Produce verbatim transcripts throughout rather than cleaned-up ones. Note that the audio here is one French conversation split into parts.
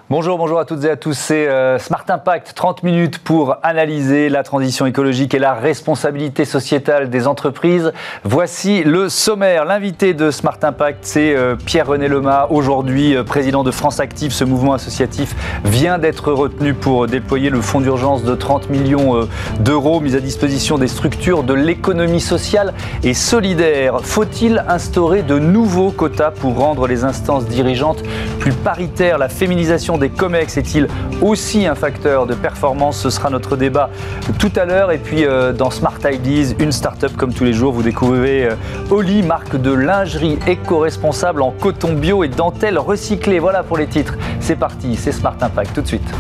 Bonjour, bonjour à toutes et à tous, c'est euh, Smart Impact, trente minutes pour analyser la transition écologique et la responsabilité sociétale des entreprises. Voici le sommaire. L'invité de Smart Impact, c'est euh, Pierre-René Lemas, aujourd'hui euh, président de France Active. Ce mouvement associatif vient d'être retenu pour déployer le fonds d'urgence de trente millions euh, d'euros mis à disposition des structures de l'économie sociale et solidaire. Faut-il instaurer de nouveaux quotas pour rendre les instances dirigeantes plus paritaires? La féminisation des COMEX est-il aussi un facteur de performance? Ce sera notre débat tout à l'heure. Et puis euh, dans Smart Ideas, une start-up comme tous les jours, vous découvrirez euh, Oli, marque de lingerie éco-responsable en coton bio et dentelle recyclée. Voilà pour les titres. C'est parti, c'est Smart Impact tout de suite.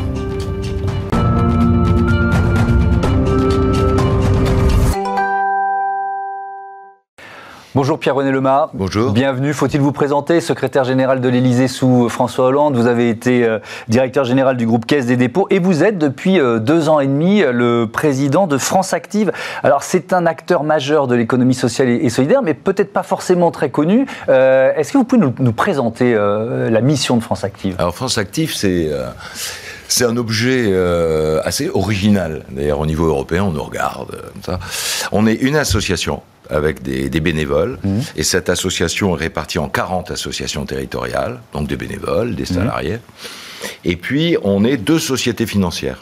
Bonjour Pierre-René Lemas. Bonjour. Bienvenue. Faut-il vous présenter? Secrétaire général de l'Élysée sous François Hollande. Vous avez été euh, directeur général du groupe Caisse des dépôts et vous êtes depuis euh, deux ans et demi le président de France Active. Alors c'est un acteur majeur de l'économie sociale et, et solidaire, mais peut-être pas forcément très connu. Euh, est-ce que vous pouvez nous, nous présenter euh, la mission de France Active? Alors France Active, c'est... Euh... C'est un objet euh, assez original. D'ailleurs, au niveau européen, on nous regarde euh, comme ça. On est une association avec des, des bénévoles. Mmh. Et cette association est répartie en quarante associations territoriales, donc des bénévoles, des salariés. Mmh. Et puis, on est deux sociétés financières.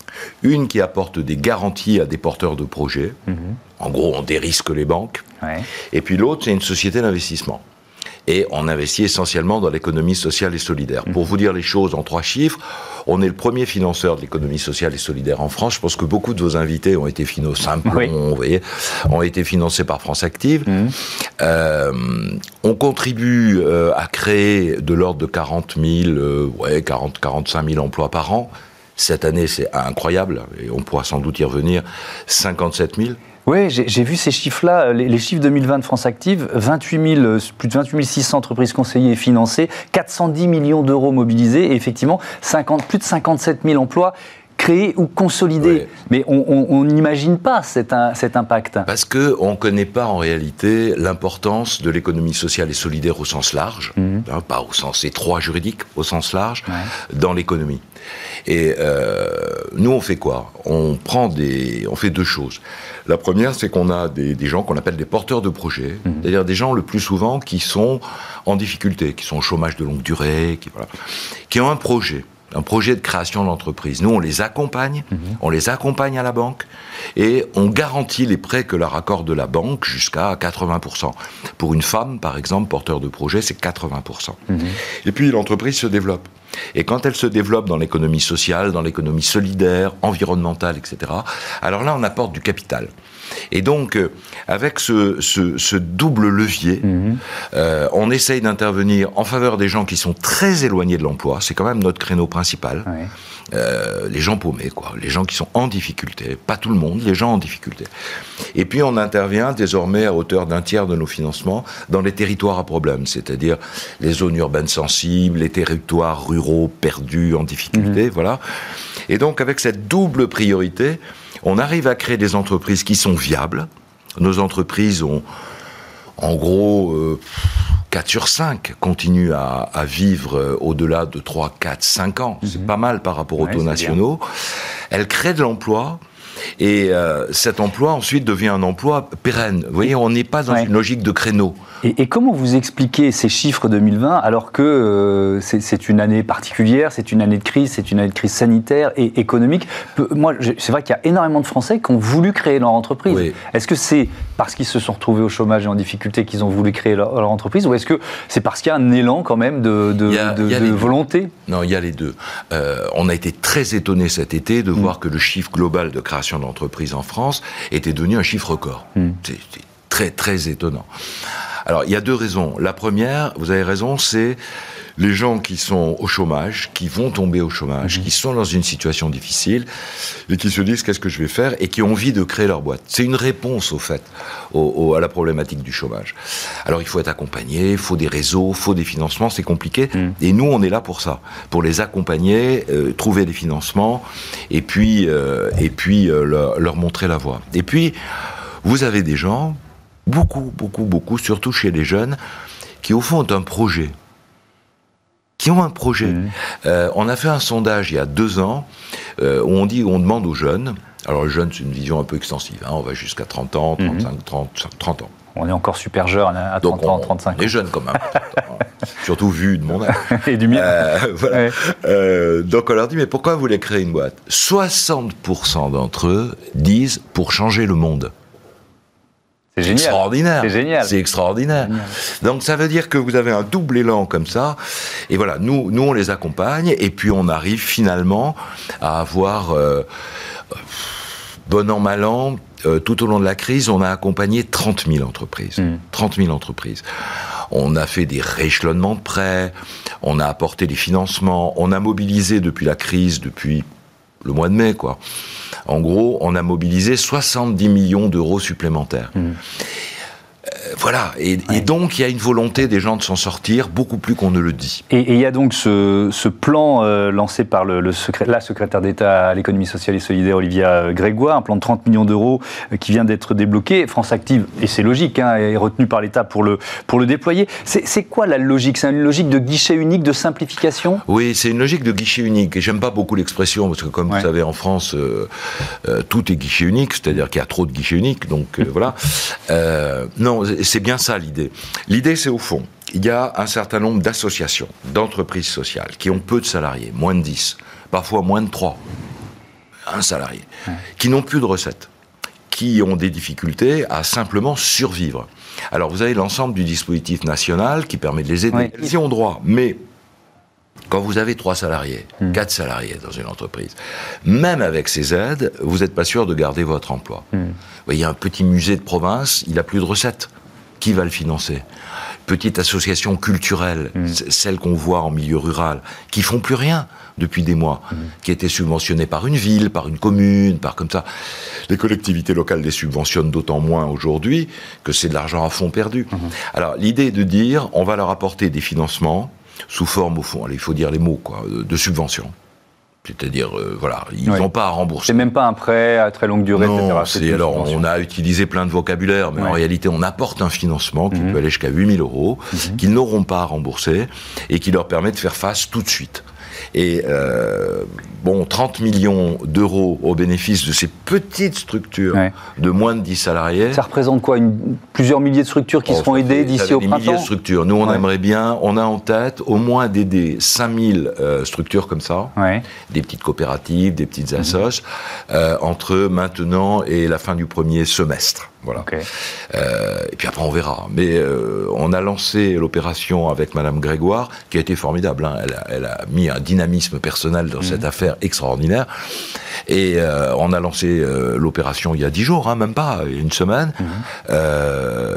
Une qui apporte des garanties à des porteurs de projets. Mmh. En gros, on dérisque les banques. Ouais. Et puis l'autre, c'est une société d'investissement. Et on investit essentiellement dans l'économie sociale et solidaire. Mmh. Pour vous dire les choses en trois chiffres, on est le premier financeur de l'économie sociale et solidaire en France. Je pense que beaucoup de vos invités ont été financés, Simplon, oui. vous voyez, ont été financés par France Active. Mmh. Euh, on contribue euh, à créer de l'ordre de quarante mille, euh, ouais, quarante à quarante-cinq mille emplois par an. Cette année, c'est incroyable, et on pourra sans doute y revenir, cinquante-sept mille. Oui, j'ai, j'ai vu ces chiffres-là, les, les chiffres deux mille vingt de France Active, vingt-huit mille, plus de vingt-huit mille six cents entreprises conseillées et financées, quatre cent dix millions d'euros mobilisés, et effectivement, cinquante, plus de cinquante-sept mille emplois créés ou consolidés. Oui. Mais on n'imagine pas cet, un, cet impact. Parce qu'on ne connaît pas en réalité l'importance de l'économie sociale et solidaire au sens large, mmh. hein, pas au sens étroit juridique, au sens large, ouais. dans l'économie. Et euh, nous, on fait quoi? On prend des, on fait deux choses. La première, c'est qu'on a des, des gens qu'on appelle des porteurs de projets, mmh. c'est-à-dire des gens le plus souvent qui sont en difficulté, qui sont au chômage de longue durée, qui, voilà, qui ont un projet. un projet de création d'entreprise. Nous, on les accompagne, mmh. on les accompagne à la banque et on garantit les prêts que leur accorde la banque jusqu'à quatre-vingts pour cent. Pour une femme, par exemple, porteur de projet, c'est quatre-vingts pour cent. Mmh. Et puis, l'entreprise se développe. Et quand elle se développe dans l'économie sociale, dans l'économie solidaire, environnementale, et cetera, alors là, on apporte du capital. Et donc, euh, avec ce, ce, ce double levier, mmh. euh, on essaye d'intervenir en faveur des gens qui sont très éloignés de l'emploi. C'est quand même notre créneau principal. Ouais. Euh, les gens paumés, quoi. Les gens qui sont en difficulté. Pas tout le monde, les gens en difficulté. Et puis, on intervient désormais à hauteur d'un tiers de nos financements dans les territoires à problème, c'est-à-dire les zones urbaines sensibles, les territoires ruraux perdus, en difficulté, mmh. voilà. Et donc, avec cette double priorité, on arrive à créer des entreprises qui sont viables. Nos entreprises ont, en gros, euh, quatre sur cinq continuent à, à vivre euh, au-delà de trois, quatre, cinq ans. Mmh. C'est pas mal par rapport aux ouais, taux nationaux. Bien. Elles créent de l'emploi. Et euh, cet emploi, ensuite, devient un emploi pérenne. Vous voyez, on n'est pas dans ouais. une logique de créneau. Et, et comment vous expliquez ces chiffres deux mille vingt, alors que euh, c'est, c'est une année particulière, c'est une année de crise, c'est une année de crise sanitaire et économique. Moi, c'est vrai qu'il y a énormément de Français qui ont voulu créer leur entreprise. Oui. Est-ce que c'est parce qu'ils se sont retrouvés au chômage et en difficulté qu'ils ont voulu créer leur, leur entreprise, ou est-ce que c'est parce qu'il y a un élan quand même de, de, a, de, de volonté? Non, il y a les deux. Euh, on a été très étonnés cet été de mmh. voir que le chiffre global de création d'entreprise en France était devenu un chiffre record. Mmh. C'est, c'est très, très étonnant. Alors, il y a deux raisons. La première, vous avez raison, c'est les gens qui sont au chômage, qui vont tomber au chômage, mmh. qui sont dans une situation difficile et qui se disent qu'est-ce que je vais faire et qui ont envie de créer leur boîte. C'est une réponse, au fait, au, au, à la problématique du chômage. Alors, il faut être accompagné, il faut des réseaux, il faut des financements, c'est compliqué. Mmh. Et nous, on est là pour ça, pour les accompagner, euh, trouver des financements et puis, euh, et puis euh, leur, leur montrer la voie. Et puis, vous avez des gens, beaucoup, beaucoup, beaucoup, surtout chez les jeunes, qui au fond ont un projet. qui ont un projet. Mmh. Euh, on a fait un sondage il y a deux ans euh, où on dit, où on demande aux jeunes. Alors les jeunes, c'est une vision un peu extensive. Hein, on va jusqu'à trente ans, trente-cinq, mmh. trente, trente ans. On est encore super jeune à trente ans, trente-cinq ans. On est jeune quand même. Surtout vu de mon âge. Et du mien. Euh, voilà. Ouais. euh, donc on leur dit, mais pourquoi vous voulez créer une boîte ? soixante pour cent d'entre eux disent pour changer le monde. C'est génial. Extraordinaire. C'est génial. C'est extraordinaire. Génial. Donc ça veut dire que vous avez un double élan comme ça. Et voilà, nous, nous on les accompagne et puis on arrive finalement à avoir, euh, bon an, mal an, euh, tout au long de la crise, on a accompagné trente mille entreprises. Mmh. trente mille entreprises. On a fait des rééchelonnements de prêts, on a apporté des financements, on a mobilisé depuis la crise, depuis le mois de mai, quoi. En gros, on a mobilisé soixante-dix millions d'euros supplémentaires. Mmh. Euh, voilà, et, ouais. et donc il y a une volonté des gens de s'en sortir beaucoup plus qu'on ne le dit. Et il y a donc ce, ce plan euh, lancé par le, le secré- la secrétaire d'État à l'économie sociale et solidaire, Olivia Grégoire, un plan de trente millions d'euros euh, qui vient d'être débloqué. France Active, et c'est logique, hein, est retenu par l'État pour le, pour le déployer. C'est, c'est quoi la logique ? C'est une logique de guichet unique, de simplification ? Oui, c'est une logique de guichet unique. Et j'aime pas beaucoup l'expression, parce que comme ouais. vous savez, en France, euh, euh, tout est guichet unique, c'est-à-dire qu'il y a trop de guichets uniques, donc euh, voilà. Euh, non, c'est bien ça l'idée. L'idée, c'est au fond, il y a un certain nombre d'associations, d'entreprises sociales, qui ont peu de salariés, moins de dix, parfois moins de trois, un salarié, ouais. qui n'ont plus de recettes, qui ont des difficultés à simplement survivre. Alors, vous avez l'ensemble du dispositif national qui permet de les aider. Ouais. Elles y ont droit, mais quand vous avez trois salariés, mmh. quatre salariés dans une entreprise, même avec ces aides, vous n'êtes pas sûr de garder votre emploi. Mmh. Il y a un petit musée de province, il n'a plus de recettes. Qui va le financer ? Petite association culturelle, mmh. celle qu'on voit en milieu rural, qui font plus rien depuis des mois, mmh. qui étaient subventionnées par une ville, par une commune, par comme ça. Les collectivités locales les subventionnent d'autant moins aujourd'hui que c'est de l'argent à fond perdu. Mmh. Alors l'idée est de dire, on va leur apporter des financements sous forme, au fond, allez, il faut dire les mots, quoi, de, de subventions. C'est-à-dire, euh, voilà, ils n'ont oui. pas à rembourser. C'est même pas un prêt à très longue durée, non, et cetera. C'est, alors, on a utilisé plein de vocabulaire, mais ouais. en réalité, on apporte un financement qui mmh. peut aller jusqu'à huit mille euros, mmh. qu'ils n'auront pas à rembourser, et qui leur permet de faire face tout de suite. Et euh, bon, trente millions d'euros au bénéfice de ces petites structures ouais. de moins de dix salariés. Ça représente quoi, une, plusieurs milliers de structures qui oh, seront aidées d'ici au printemps ? Des milliers de structures. Nous, on ouais. aimerait bien, on a en tête au moins d'aider cinq mille euh, structures comme ça, ouais. des petites coopératives, des petites assos, mmh. euh, entre maintenant et la fin du premier semestre. Voilà. Okay. Euh, et puis après, on verra. Mais euh, on a lancé l'opération avec Madame Grégoire, qui a été formidable. Hein. Elle, a, elle a mis un dynamisme personnel dans mmh. cette affaire extraordinaire. Et euh, on a lancé euh, l'opération il y a dix jours, hein, même pas, une semaine. Mmh. Euh,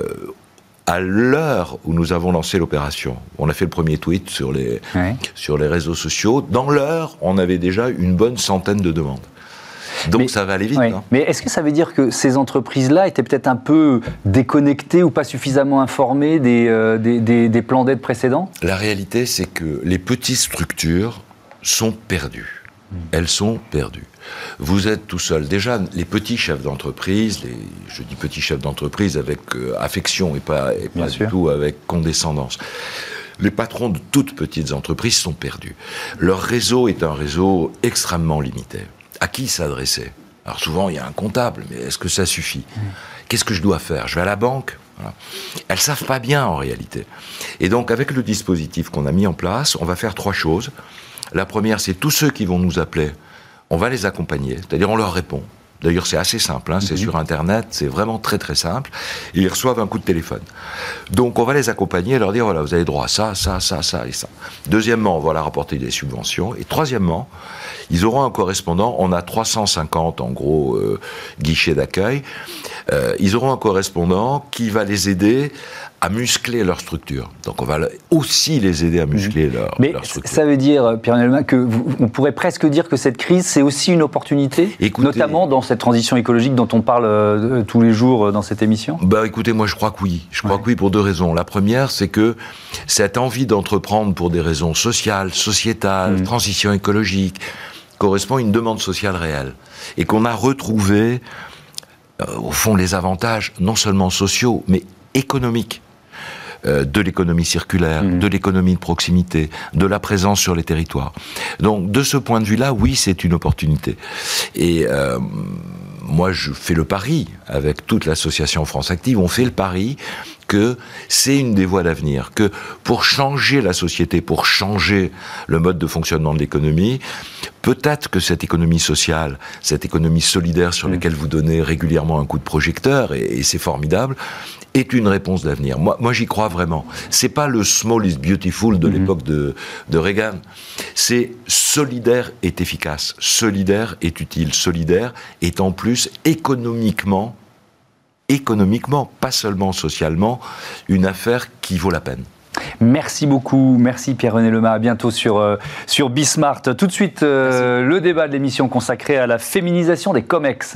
à l'heure où nous avons lancé l'opération, on a fait le premier tweet sur les, ouais. sur les réseaux sociaux. Dans l'heure, on avait déjà une bonne centaine de demandes. Donc mais, ça va aller vite. Oui. Hein. Mais est-ce que ça veut dire que ces entreprises-là étaient peut-être un peu déconnectées ou pas suffisamment informées des, euh, des, des, des plans d'aide précédents ? La réalité, c'est que les petites structures sont perdues. Mmh. Elles sont perdues. Vous êtes tout seul. Déjà, les petits chefs d'entreprise, les, je dis petits chefs d'entreprise avec euh, affection et pas, et pas du tout avec condescendance. Les patrons de toutes petites entreprises sont perdus. Leur réseau est un réseau extrêmement limité. À qui s'adresser ? Alors souvent, il y a un comptable, mais est-ce que ça suffit ? mmh. Qu'est-ce que je dois faire ? Je vais à la banque ? Voilà. Elles ne savent pas bien, en réalité. Et donc, avec le dispositif qu'on a mis en place, on va faire trois choses. La première, c'est tous ceux qui vont nous appeler, on va les accompagner, c'est-à-dire on leur répond. D'ailleurs, c'est assez simple, hein, c'est mmh. sur Internet, c'est vraiment très très simple. Et ils reçoivent un coup de téléphone. Donc, on va les accompagner et leur dire, voilà, vous avez droit à ça, ça, ça, ça et ça. Deuxièmement, on va leur apporter des subventions. Et troisièmement, ils auront un correspondant. On a trois cent cinquante, en gros, euh, guichets d'accueil. Euh, ils auront un correspondant qui va les aider à muscler leur structure. Donc on va aussi les aider à muscler mmh. leur, Mais leur structure. Ça veut dire, Pierre Nelma, que vous, on pourrait presque dire que cette crise, c'est aussi une opportunité, écoutez, notamment dans cette transition écologique dont on parle euh, tous les jours euh, dans cette émission ? Bah, écoutez, moi je crois que oui. Je crois ouais. que oui pour deux raisons. La première, c'est que cette envie d'entreprendre pour des raisons sociales, sociétales, mmh. transition écologique, correspond à une demande sociale réelle. Et qu'on a retrouvé, euh, au fond, les avantages non seulement sociaux, mais économiques. euh, de l'économie circulaire, mmh. de l'économie de proximité, de la présence sur les territoires. Donc, de ce point de vue-là, oui, c'est une opportunité. Et euh, moi, je fais le pari, avec toute l'association France Active, on fait le pari que c'est une des voies d'avenir, que pour changer la société, pour changer le mode de fonctionnement de l'économie, peut-être que cette économie sociale, cette économie solidaire sur mmh. laquelle vous donnez régulièrement un coup de projecteur, et, et c'est formidable, est une réponse d'avenir. Moi, moi, j'y crois vraiment. C'est pas le small is beautiful de mmh. l'époque de, de Reagan. C'est solidaire est efficace, solidaire est utile, solidaire est en plus économiquement économiquement, pas seulement socialement, une affaire qui vaut la peine. Merci beaucoup, merci Pierre-René Lemas, à bientôt sur, euh, sur Bismart. Tout de suite, euh, le débat de l'émission consacré à la féminisation des COMEX.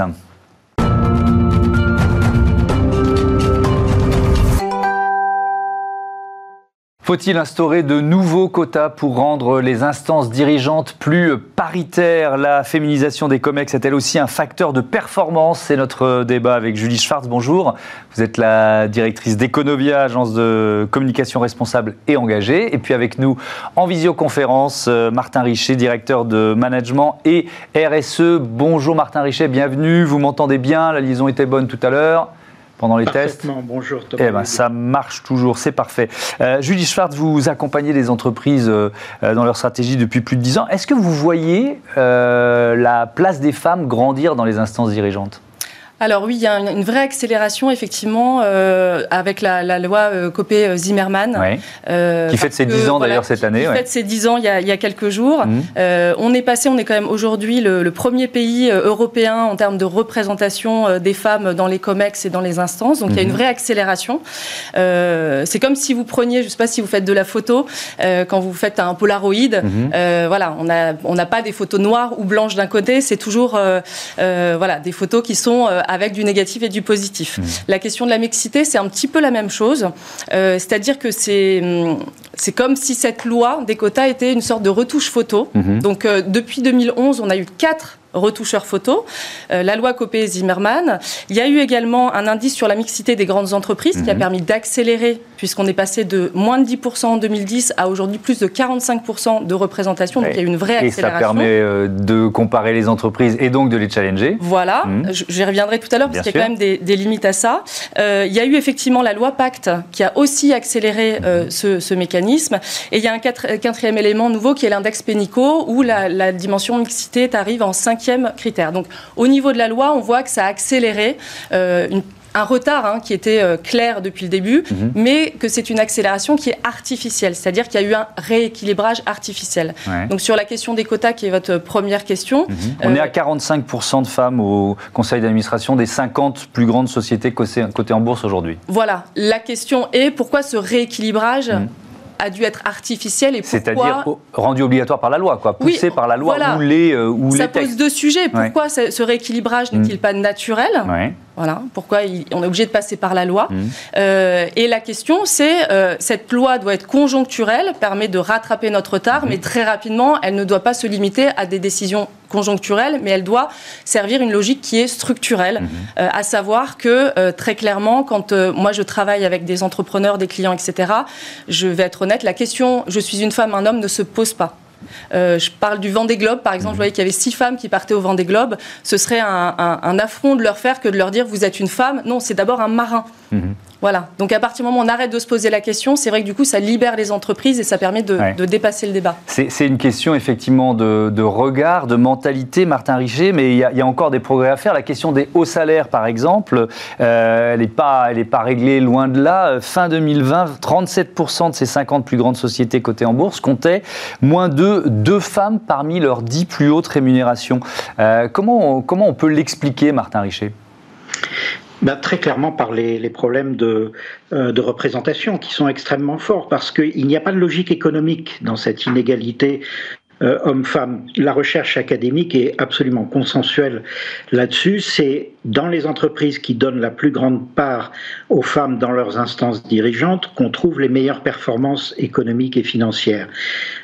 Faut-il instaurer de nouveaux quotas pour rendre les instances dirigeantes plus paritaires? La féminisation des COMEX est-elle aussi un facteur de performance? C'est notre débat avec Julie Schwartz. Bonjour. Vous êtes la directrice d'Econovia, agence de communication responsable et engagée. Et puis avec nous en visioconférence, Martin Richer, directeur de management et R S E. Bonjour Martin Richer, bienvenue. Vous m'entendez bien? La liaison était bonne tout à l'heure pendant les tests? Bonjour Thomas. Eh ben, ça marche toujours, c'est parfait. Euh, Julie Schwartz, vous accompagnez les entreprises euh, dans leur stratégie depuis plus de dix ans. Est-ce que vous voyez euh, la place des femmes grandir dans les instances dirigeantes ? Alors oui, il y a une, une vraie accélération effectivement euh, avec la, la loi euh, Copé-Zimmermann. Ouais. Euh, qui fête ses dix ans voilà, d'ailleurs cette année. Qui ouais. fête ses dix ans il y a, il y a quelques jours. Mmh. Euh, on est passé, on est quand même aujourd'hui le, le premier pays euh, européen en termes de représentation euh, des femmes dans les COMEX et dans les instances. Donc mmh. il y a une vraie accélération. Euh, c'est comme si vous preniez, je ne sais pas si vous faites de la photo, euh, quand vous faites un Polaroid, mmh. euh, voilà, on a, on n'a pas des photos noires ou blanches d'un côté, c'est toujours euh, euh, voilà, des photos qui sont euh, avec du négatif et du positif. Mmh. La question de la mixité, c'est un petit peu la même chose. Euh, c'est-à-dire que c'est, c'est comme si cette loi des quotas était une sorte de retouche photo. Mmh. Donc, euh, depuis deux mille onze, on a eu quatre retoucheurs photo, euh, la loi Copé-Zimmermann. Il y a eu également un indice sur la mixité des grandes entreprises mmh. qui a permis d'accélérer, puisqu'on est passé de moins de dix pour cent en deux mille dix à aujourd'hui plus de quarante-cinq pour cent de représentation. Donc, ouais. il y a eu une vraie accélération. Et ça permet euh, de comparer les entreprises et donc de les challenger. Voilà, mmh. j'y reviendrai tout à l'heure, parce Bien qu'il y a sûr. quand même des, des limites à ça. Euh, il y a eu effectivement la loi Pacte qui a aussi accéléré euh, mmh. ce, ce mécanisme. Et il y a un quatrième élément nouveau qui est l'index Pénico, où la, la dimension mixité arrive en cinquième critère. Donc, au niveau de la loi, on voit que ça a accéléré euh, une un retard hein, qui était euh, clair depuis le début, mmh. mais que c'est une accélération qui est artificielle, c'est-à-dire qu'il y a eu un rééquilibrage artificiel. Ouais. Donc sur la question des quotas, qui est votre première question... Mmh. On euh, est à quarante-cinq pour cent de femmes au conseil d'administration des cinquante plus grandes sociétés cotées en bourse aujourd'hui. Voilà, la question est pourquoi ce rééquilibrage mmh. a dû être artificiel et pourquoi... C'est-à-dire rendu obligatoire par la loi, quoi, poussé oui, par la loi voilà. ou les, euh, ou Ça les pose textes. deux sujets. Pourquoi ouais. ce rééquilibrage n'est-il mmh. pas naturel ouais. Voilà. Pourquoi il, on est obligé de passer par la loi mmh. euh, Et la question, c'est euh, cette loi doit être conjoncturelle, permet de rattraper notre retard, mmh. mais très rapidement, elle ne doit pas se limiter à des décisions conjoncturelle, mais elle doit servir une logique qui est structurelle, mmh. euh, à savoir que euh, très clairement, quand euh, moi je travaille avec des entrepreneurs, des clients, et cetera, je vais être honnête, la question « je suis une femme, un homme » ne se pose pas. Euh, je parle du Vendée Globe, par exemple, mmh. je voyais qu'il y avait six femmes qui partaient au Vendée Globe. Ce serait un, un, un affront de leur faire que de leur dire « vous êtes une femme ». Non, c'est d'abord un marin. Mmh. Voilà. Donc à partir du moment où on arrête de se poser la question, c'est vrai que du coup ça libère les entreprises et ça permet de, ouais. de dépasser le débat. C'est, c'est une question effectivement de, de regard, de mentalité, Martin Richer, mais il y, a, il y a encore des progrès à faire. La question des hauts salaires par exemple, euh, elle n'est pas, elle n'est pas réglée, loin de là. Fin deux mille vingt, trente-sept pour cent de ces cinquante plus grandes sociétés cotées en bourse comptaient moins de deux femmes parmi leurs dix plus hautes rémunérations. Euh, comment, on, comment on peut l'expliquer, Martin Richer ? Ben, très clairement par les, les problèmes de, euh, de représentation qui sont extrêmement forts, parce qu'il n'y a pas de logique économique dans cette inégalité euh, homme-femme. La recherche académique est absolument consensuelle là-dessus. C'est dans les entreprises qui donnent la plus grande part aux femmes dans leurs instances dirigeantes qu'on trouve les meilleures performances économiques et financières.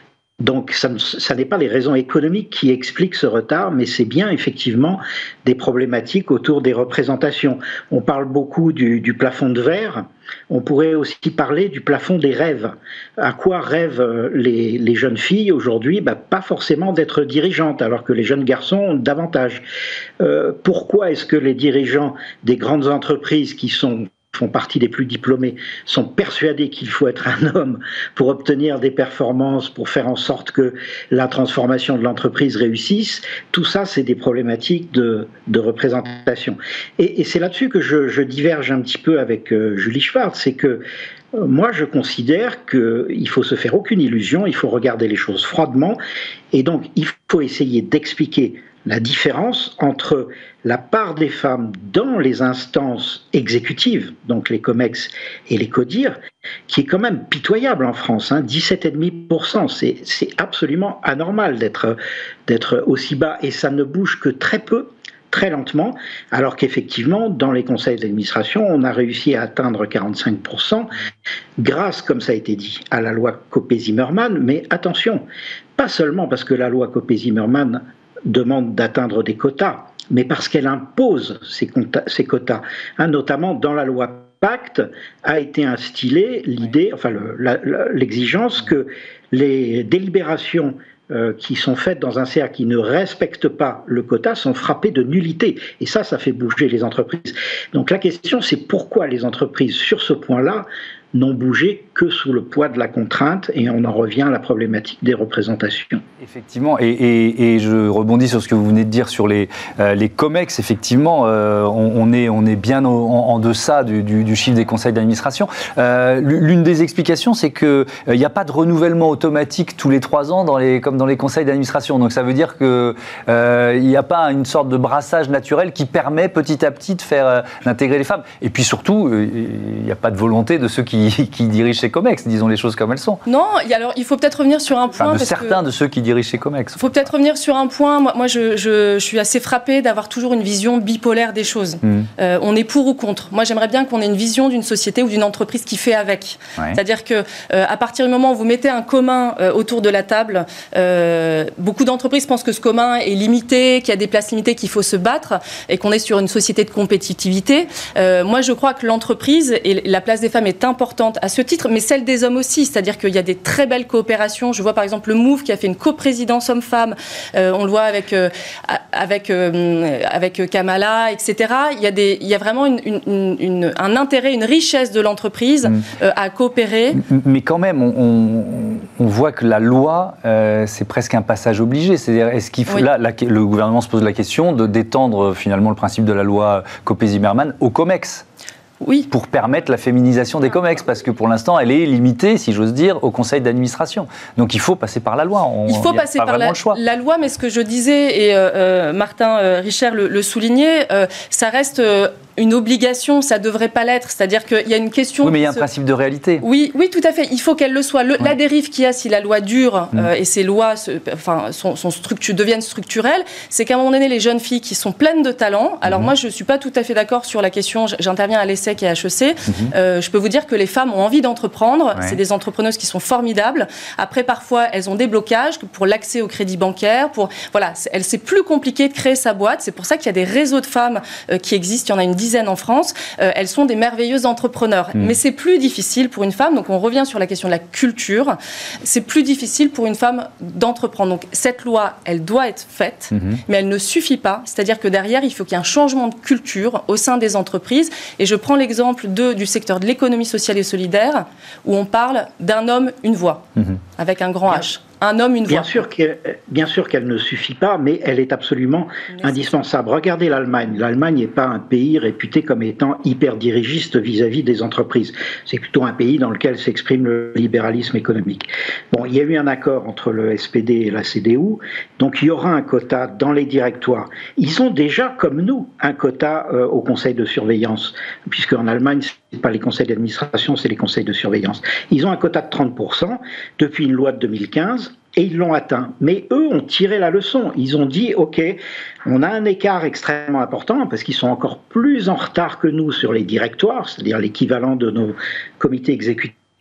Donc ça, ne, ça n'est pas les raisons économiques qui expliquent ce retard, mais c'est bien effectivement des problématiques autour des représentations. On parle beaucoup du, du plafond de verre, on pourrait aussi parler du plafond des rêves. À quoi rêvent les, les jeunes filles aujourd'hui? Bah, pas forcément d'être dirigeantes, alors que les jeunes garçons ont davantage. Euh, pourquoi est-ce que les dirigeants des grandes entreprises qui sont font partie des plus diplômés, sont persuadés qu'il faut être un homme pour obtenir des performances, pour faire en sorte que la transformation de l'entreprise réussisse? Tout ça, c'est des problématiques de, de représentation. Et, et c'est là-dessus que je, je diverge un petit peu avec euh, Julie Schwartz, c'est que euh, moi, je considère qu'il faut se faire aucune illusion, il faut regarder les choses froidement, et donc il faut essayer d'expliquer la différence entre la part des femmes dans les instances exécutives, donc les COMEX et les CODIR, qui est quand même pitoyable en France, hein, dix-sept virgule cinq pour cent, c'est, c'est absolument anormal d'être, d'être aussi bas, et ça ne bouge que très peu, très lentement, alors qu'effectivement, dans les conseils d'administration, on a réussi à atteindre quarante-cinq pour cent, grâce, comme ça a été dit, à la loi Copé-Zimmermann, mais attention, pas seulement parce que la loi Copé-Zimmermann demande d'atteindre des quotas, mais parce qu'elle impose ces, quota, ces quotas. Hein, notamment dans la loi Pacte a été instillée l'idée, enfin le, la, la, l'exigence que les délibérations euh, qui sont faites dans un C A qui ne respectent pas le quota sont frappées de nullité. Et ça, ça fait bouger les entreprises. Donc la question, c'est pourquoi les entreprises, sur ce point-là, n'ont bougé que sous le poids de la contrainte, et on en revient à la problématique des représentations. Effectivement, et, et, et je rebondis sur ce que vous venez de dire sur les, euh, les COMEX. Effectivement, euh, on, on, est, on est bien au, en, en deçà du, du, du chiffre des conseils d'administration. Euh, l'une des explications, c'est qu'il n'y euh, a pas de renouvellement automatique tous les trois ans, dans les, comme dans les conseils d'administration. Donc ça veut dire qu'il euh, n'y a pas une sorte de brassage naturel qui permet petit à petit de faire, euh, d'intégrer les femmes. Et puis surtout, il n'y a pas de volonté de ceux qui qui dirigent ces COMEX, disons les choses comme elles sont. Non, alors il faut peut-être revenir sur un point. Enfin, de parce certains que de ceux qui dirigent ces COMEX. Il faut peut-être revenir sur un point. Moi, moi je, je, je suis assez frappée d'avoir toujours une vision bipolaire des choses. Mmh. Euh, on est pour ou contre. Moi, j'aimerais bien qu'on ait une vision d'une société ou d'une entreprise qui fait avec. Ouais. C'est-à-dire que euh, à partir du moment où vous mettez un commun euh, autour de la table, euh, beaucoup d'entreprises pensent que ce commun est limité, qu'il y a des places limitées, qu'il faut se battre, et qu'on est sur une société de compétitivité. Euh, moi, je crois que l'entreprise et la place des femmes est importante à ce titre, mais celle des hommes aussi, c'est-à-dire qu'il y a des très belles coopérations. Je vois par exemple le MOVE qui a fait une coprésidence homme-femme, euh, on le voit avec, euh, avec, euh, avec Kamala, et cetera. Il y a, des, il y a vraiment une, une, une, un intérêt, une richesse de l'entreprise euh, à coopérer. Mais quand même, on, on, on voit que la loi, euh, c'est presque un passage obligé. C'est-à-dire, est-ce qu'il faut, oui. là, la, le gouvernement se pose la question de, d'étendre finalement le principe de la loi Copé-Zimmermann au COMEX? Oui. Pour permettre la féminisation des COMEX, parce que pour l'instant, elle est limitée, si j'ose dire, au conseil d'administration. Donc il faut passer par la loi. On, il faut passer par la, la loi, mais ce que je disais, et euh, Martin euh, Richer le, le soulignait, euh, ça reste... Euh, une obligation, ça ne devrait pas l'être. C'est-à-dire qu'il y a une question... Oui, mais il y a un se... principe de réalité. Oui, oui, tout à fait. Il faut qu'elle le soit. Le, ouais. La dérive qu'il y a si la loi dure mmh. euh, et ces lois se, enfin, sont, sont structure, deviennent structurelles, c'est qu'à un moment donné, les jeunes filles qui sont pleines de talent... Alors mmh. moi, je ne suis pas tout à fait d'accord sur la question... J'interviens à l'ESSEC et à H E C. Mmh. Euh, je peux vous dire que les femmes ont envie d'entreprendre. Ouais. C'est des entrepreneuses qui sont formidables. Après, parfois, elles ont des blocages pour l'accès au crédit bancaire. Pour, voilà, elle, c'est plus compliqué de créer sa boîte. C'est pour ça qu'il y a des réseaux de femmes euh, qui existent. Il y en a une dizaine en France. Euh, elles sont des merveilleuses entrepreneurs. Mmh. Mais c'est plus difficile pour une femme, donc on revient sur la question de la culture, c'est plus difficile pour une femme d'entreprendre. Donc cette loi, elle doit être faite, mmh. mais elle ne suffit pas. C'est-à-dire que derrière, il faut qu'il y ait un changement de culture au sein des entreprises. Et je prends l'exemple de, du secteur de l'économie sociale et solidaire, où on parle d'un homme, une voix, mmh. avec un grand H. Un homme, une voix. Bien sûr, qu'elle, bien sûr qu'elle ne suffit pas, mais elle est absolument Merci. indispensable. Regardez l'Allemagne. L'Allemagne n'est pas un pays réputé comme étant hyper dirigiste vis-à-vis des entreprises. C'est plutôt un pays dans lequel s'exprime le libéralisme économique. Bon, il y a eu un accord entre le S P D et la C D U, donc il y aura un quota dans les directoires. Ils ont déjà, comme nous, un quota euh, au conseil de surveillance, puisque en Allemagne, c'est pas les conseils d'administration, c'est les conseils de surveillance. Ils ont un quota de trente pour cent depuis une loi de deux mille quinze. Et ils l'ont atteint. Mais eux ont tiré la leçon. Ils ont dit, OK, on a un écart extrêmement important parce qu'ils sont encore plus en retard que nous sur les directoires, c'est-à-dire l'équivalent de nos comités exécutifs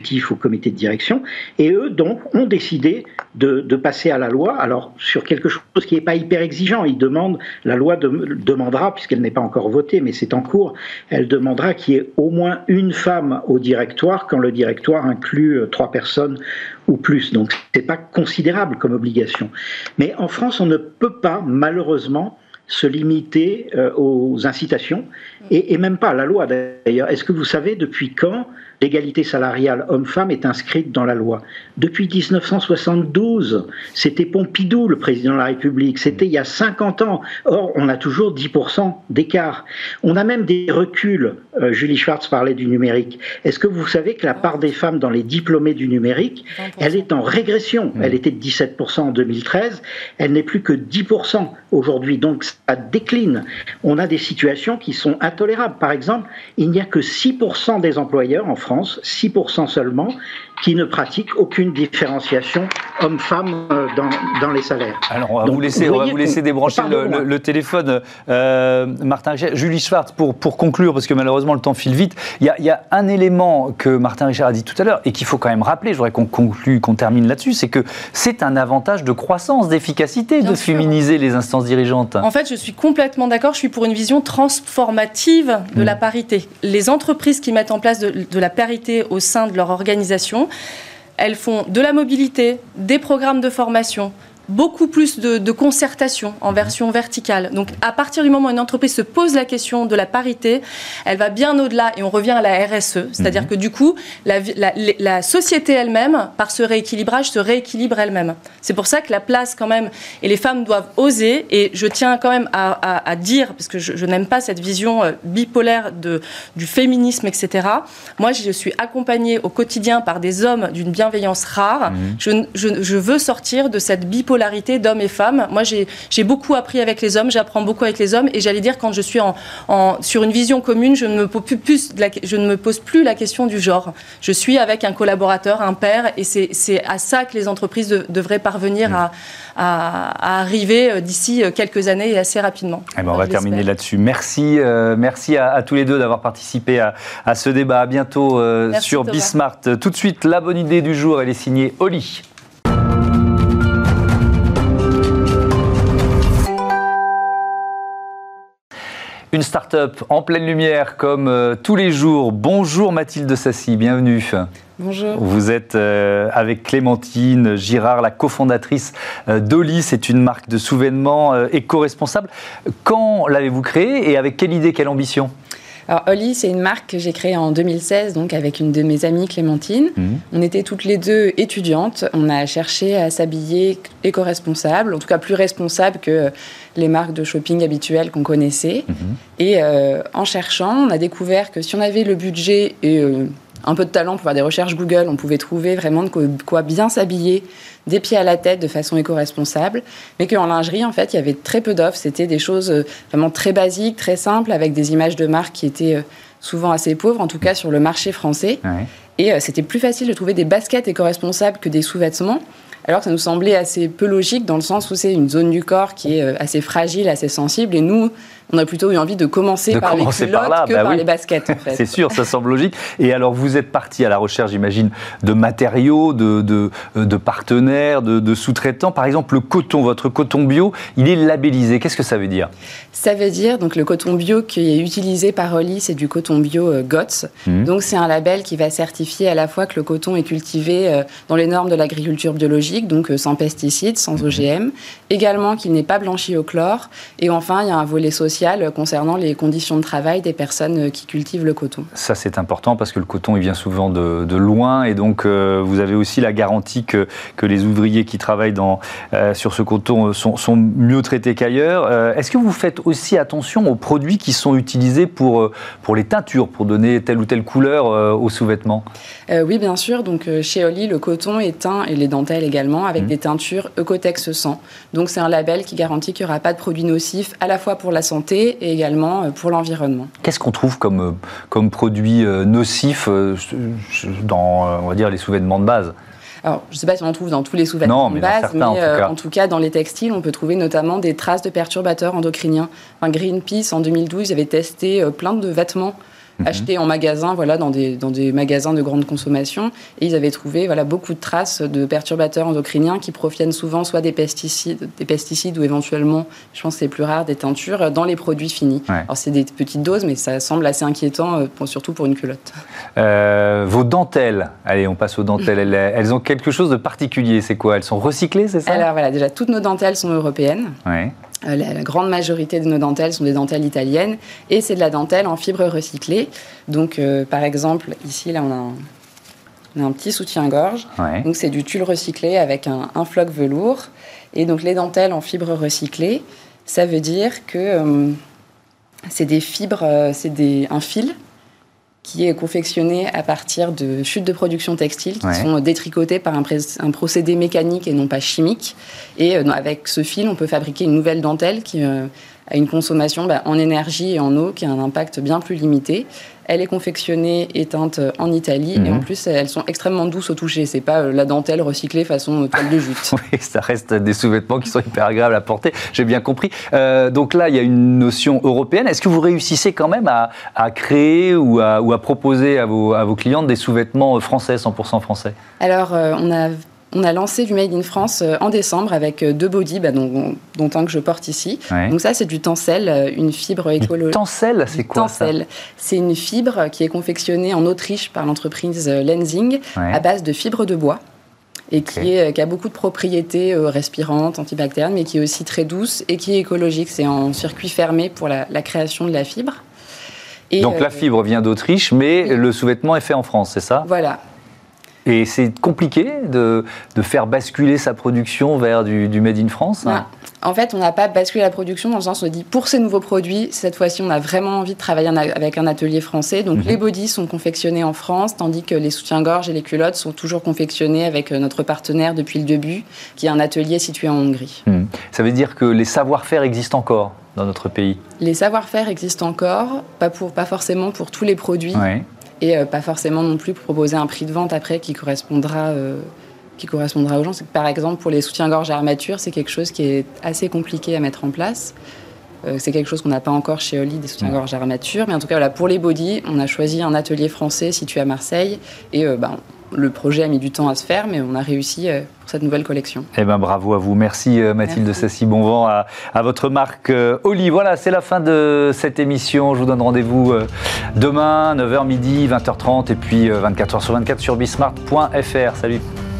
au comité de direction, et eux donc ont décidé de, de passer à la loi, alors sur quelque chose qui n'est pas hyper exigeant. Ils demandent, la loi de, demandera, puisqu'elle n'est pas encore votée, mais c'est en cours, elle demandera qu'il y ait au moins une femme au directoire quand le directoire inclut trois personnes ou plus. Donc c'est pas considérable comme obligation. Mais en France, on ne peut pas, malheureusement, se limiter euh, aux incitations, et, et même pas à la loi d'ailleurs. Est-ce que vous savez depuis quand l'égalité salariale homme-femme est inscrite dans la loi? Depuis dix-neuf cent soixante-douze, c'était Pompidou, le président de la République, c'était il y a cinquante ans. Or, on a toujours dix pour cent d'écart. On a même des reculs. Euh, Julie Schwartz parlait du numérique. Est-ce que vous savez que la part des femmes dans les diplômés du numérique, elle est en régression? Elle était de dix-sept pour cent en deux mille treize, elle n'est plus que dix pour cent aujourd'hui, donc ça décline. On a des situations qui sont intolérables. Par exemple, il n'y a que six pour cent des employeurs en France, six pour cent seulement, qui ne pratiquent aucune différenciation homme-femme dans, dans les salaires. Alors, on va Donc, vous laisser, vous on va voyez vous laisser débrancher le, le, le téléphone. Euh, Martin Richer, Julie Schwartz, pour, pour conclure, parce que malheureusement le temps file vite, il y a, il y a un élément que Martin Richer a dit tout à l'heure et qu'il faut quand même rappeler, je voudrais qu'on conclue, qu'on termine là-dessus, c'est que c'est un avantage de croissance, d'efficacité Bien de sûr. féminiser les instances dirigeantes. En fait, je suis complètement d'accord, je suis pour une vision transformative de mmh. la parité. Les entreprises qui mettent en place de, de la parité au sein de leur organisation, elles font de la mobilité, des programmes de formation, beaucoup plus de, de concertation en version verticale. Donc, à partir du moment où une entreprise se pose la question de la parité, elle va bien au-delà et on revient à la R S E. C'est-à-dire mmh. que du coup, la, la, la société elle-même, par ce rééquilibrage, se rééquilibre elle-même. C'est pour ça que la place quand même, et les femmes doivent oser, et je tiens quand même à, à, à dire, parce que je, je n'aime pas cette vision bipolaire de, du féminisme, et cetera. Moi, je suis accompagnée au quotidien par des hommes d'une bienveillance rare. Mmh. Je, je, je veux sortir de cette bipolarité d'hommes et femmes. Moi, j'ai, j'ai beaucoup appris avec les hommes, j'apprends beaucoup avec les hommes, et j'allais dire, quand je suis en, en, sur une vision commune, je ne, me pose plus la, je ne me pose plus la question du genre. Je suis avec un collaborateur, un père, et c'est, c'est à ça que les entreprises de, devraient parvenir mmh. à, à, à arriver d'ici quelques années et assez rapidement. Eh ben, on va terminer là-dessus. Merci, euh, merci à, à tous les deux d'avoir participé à, à ce débat. À bientôt euh, sur Thomas. Bismart. Tout de suite, la bonne idée du jour, elle est signée Oli. Une start-up en pleine lumière comme euh, tous les jours. Bonjour Mathilde Sassy, bienvenue. Bonjour. Vous êtes euh, avec Clémentine Girard, la cofondatrice euh, d'Oli. C'est une marque de sous-vêtements euh, éco-responsable. Quand l'avez-vous créée et avec quelle idée, quelle ambition ? Alors, Oli, c'est une marque que j'ai créée en deux mille seize, donc avec une de mes amies, Clémentine. Mmh. On était toutes les deux étudiantes. On a cherché à s'habiller éco-responsable, en tout cas plus responsable que les marques de shopping habituelles qu'on connaissait. Mmh. Et euh, en cherchant, on a découvert que si on avait le budget et euh, un peu de talent pour faire des recherches Google, on pouvait trouver vraiment de quoi bien s'habiller des pieds à la tête de façon éco-responsable, mais qu'en lingerie, en fait, il y avait très peu d'offres. C'était des choses vraiment très basiques, très simples, avec des images de marques qui étaient souvent assez pauvres, en tout cas sur le marché français. Ouais. Et euh, c'était plus facile de trouver des baskets éco-responsables que des sous-vêtements, alors que ça nous semblait assez peu logique dans le sens où c'est une zone du corps qui est assez fragile, assez sensible, et nous, on a plutôt eu envie de commencer de par commencer les culottes par là, que bah par oui. les baskets. En fait. C'est sûr, ça semble logique. Et alors, vous êtes parti à la recherche, j'imagine, de matériaux, de, de, de partenaires, de, de sous-traitants. Par exemple, le coton, votre coton bio, il est labellisé. Qu'est-ce que ça veut dire ? Ça veut dire, donc le coton bio qui est utilisé par Oli, c'est du coton bio euh, G O T S. Mmh. Donc c'est un label qui va certifier à la fois que le coton est cultivé euh, dans les normes de l'agriculture biologique, donc euh, sans pesticides, sans mmh. O G M. Également qu'il n'est pas blanchi au chlore. Et enfin, il y a un volet social euh, concernant les conditions de travail des personnes qui cultivent le coton. Ça, c'est important parce que le coton, il vient souvent de, de loin et donc euh, vous avez aussi la garantie que, que les ouvriers qui travaillent dans, euh, sur ce coton sont, sont mieux traités qu'ailleurs. Euh, est-ce que vous faites aussi attention aux produits qui sont utilisés pour, pour les teintures, pour donner telle ou telle couleur euh, aux sous-vêtements ? euh, Oui, bien sûr. Donc, euh, chez Oli, le coton est teint, et les dentelles également, avec mmh. des teintures Ecotex cent. Donc, c'est un label qui garantit qu'il n'y aura pas de produits nocifs, à la fois pour la santé et également pour l'environnement. Qu'est-ce qu'on trouve comme, comme produits nocifs dans, on va dire, les sous-vêtements de base ? Alors, je ne sais pas si on en trouve dans tous les sous-vêtements de base, certains, mais en tout, euh, en tout cas, dans les textiles, on peut trouver notamment des traces de perturbateurs endocriniens. Enfin, Greenpeace, en deux mille douze, avait testé plein de vêtements mmh. achetés en magasin, voilà, dans des, dans des magasins de grande consommation. Et ils avaient trouvé voilà, beaucoup de traces de perturbateurs endocriniens qui proviennent souvent soit des pesticides, des pesticides ou éventuellement, je pense que c'est plus rare, des teintures dans les produits finis. Ouais. Alors c'est des petites doses, mais ça semble assez inquiétant, pour, surtout pour une culotte. Euh, vos dentelles, allez, on passe aux dentelles. Elles, elles ont quelque chose de particulier, c'est quoi? Elles sont recyclées, c'est ça? Alors voilà, déjà, toutes nos dentelles sont européennes. Ouais. Euh, la, la grande majorité de nos dentelles sont des dentelles italiennes et c'est de la dentelle en fibre recyclée. Donc, euh, par exemple, ici, là, on a un, on a un petit soutien-gorge. Ouais. Donc, c'est du tulle recyclé avec un, un floc velours. Et donc, les dentelles en fibre recyclée, ça veut dire que euh, c'est des fibres, euh, c'est des, un fil qui est confectionné à partir de chutes de production textile qui ouais. sont détricotées par un, un procédé mécanique et non pas chimique. Et euh, avec ce fil, on peut fabriquer une nouvelle dentelle qui euh, a une consommation bah, en énergie et en eau qui a un impact bien plus limité. Elle est confectionnée et teinte en Italie mmh. et en plus elles sont extrêmement douces au toucher. C'est pas la dentelle recyclée façon toile de jute. Oui, ça reste des sous-vêtements qui sont hyper agréables à porter. J'ai bien compris. Euh, donc là, il y a une notion européenne. Est-ce que vous réussissez quand même à, à créer ou à, ou à proposer à vos, à vos clientes des sous-vêtements français, cent pour cent français? Alors, euh, on a On a lancé du Made in France en décembre avec deux bodys, bah, dont, dont un que je porte ici. Ouais. Donc ça, c'est du tencel, une fibre écologique. Tencel, c'est quoi tencel. Ça C'est une fibre qui est confectionnée en Autriche par l'entreprise Lenzing ouais. à base de fibres de bois et qui, okay. est, qui a beaucoup de propriétés euh, respirantes, antibactériennes, mais qui est aussi très douce et qui est écologique. C'est en circuit fermé pour la, la création de la fibre. Et Donc euh, la fibre vient d'Autriche, mais oui. le sous-vêtement est fait en France, c'est ça? Voilà. Et c'est compliqué de, de faire basculer sa production vers du, du Made in France hein. En fait, on n'a pas basculé la production dans le sens où on dit pour ces nouveaux produits, cette fois-ci, on a vraiment envie de travailler avec un atelier français. Donc, mmh. les bodys sont confectionnés en France, tandis que les soutiens-gorge et les culottes sont toujours confectionnés avec notre partenaire depuis le début, qui est un atelier situé en Hongrie. Mmh. Ça veut dire que les savoir-faire existent encore dans notre pays? Les savoir-faire existent encore, pas, pour, pas forcément pour tous les produits. Ouais. Et euh, pas forcément non plus pour proposer un prix de vente après qui correspondra, euh, qui correspondra aux gens. C'est que, par exemple, pour les soutiens-gorge à armature, c'est quelque chose qui est assez compliqué à mettre en place. Euh, c'est quelque chose qu'on n'a pas encore chez Oli, des soutiens-gorge à armature. Mais en tout cas, voilà, pour les bodys, on a choisi un atelier français situé à Marseille. Et euh, ben, le projet a mis du temps à se faire, mais on a réussi euh, pour cette nouvelle collection. Eh ben, bravo à vous. Merci euh, Mathilde Sassy-Bonvent, à, à votre marque euh, Oli. Voilà, c'est la fin de cette émission. Je vous donne rendez-vous euh, demain, neuf heures midi, vingt heures trente, et puis euh, vingt-quatre heures sur vingt-quatre sur bismart point f r. Salut.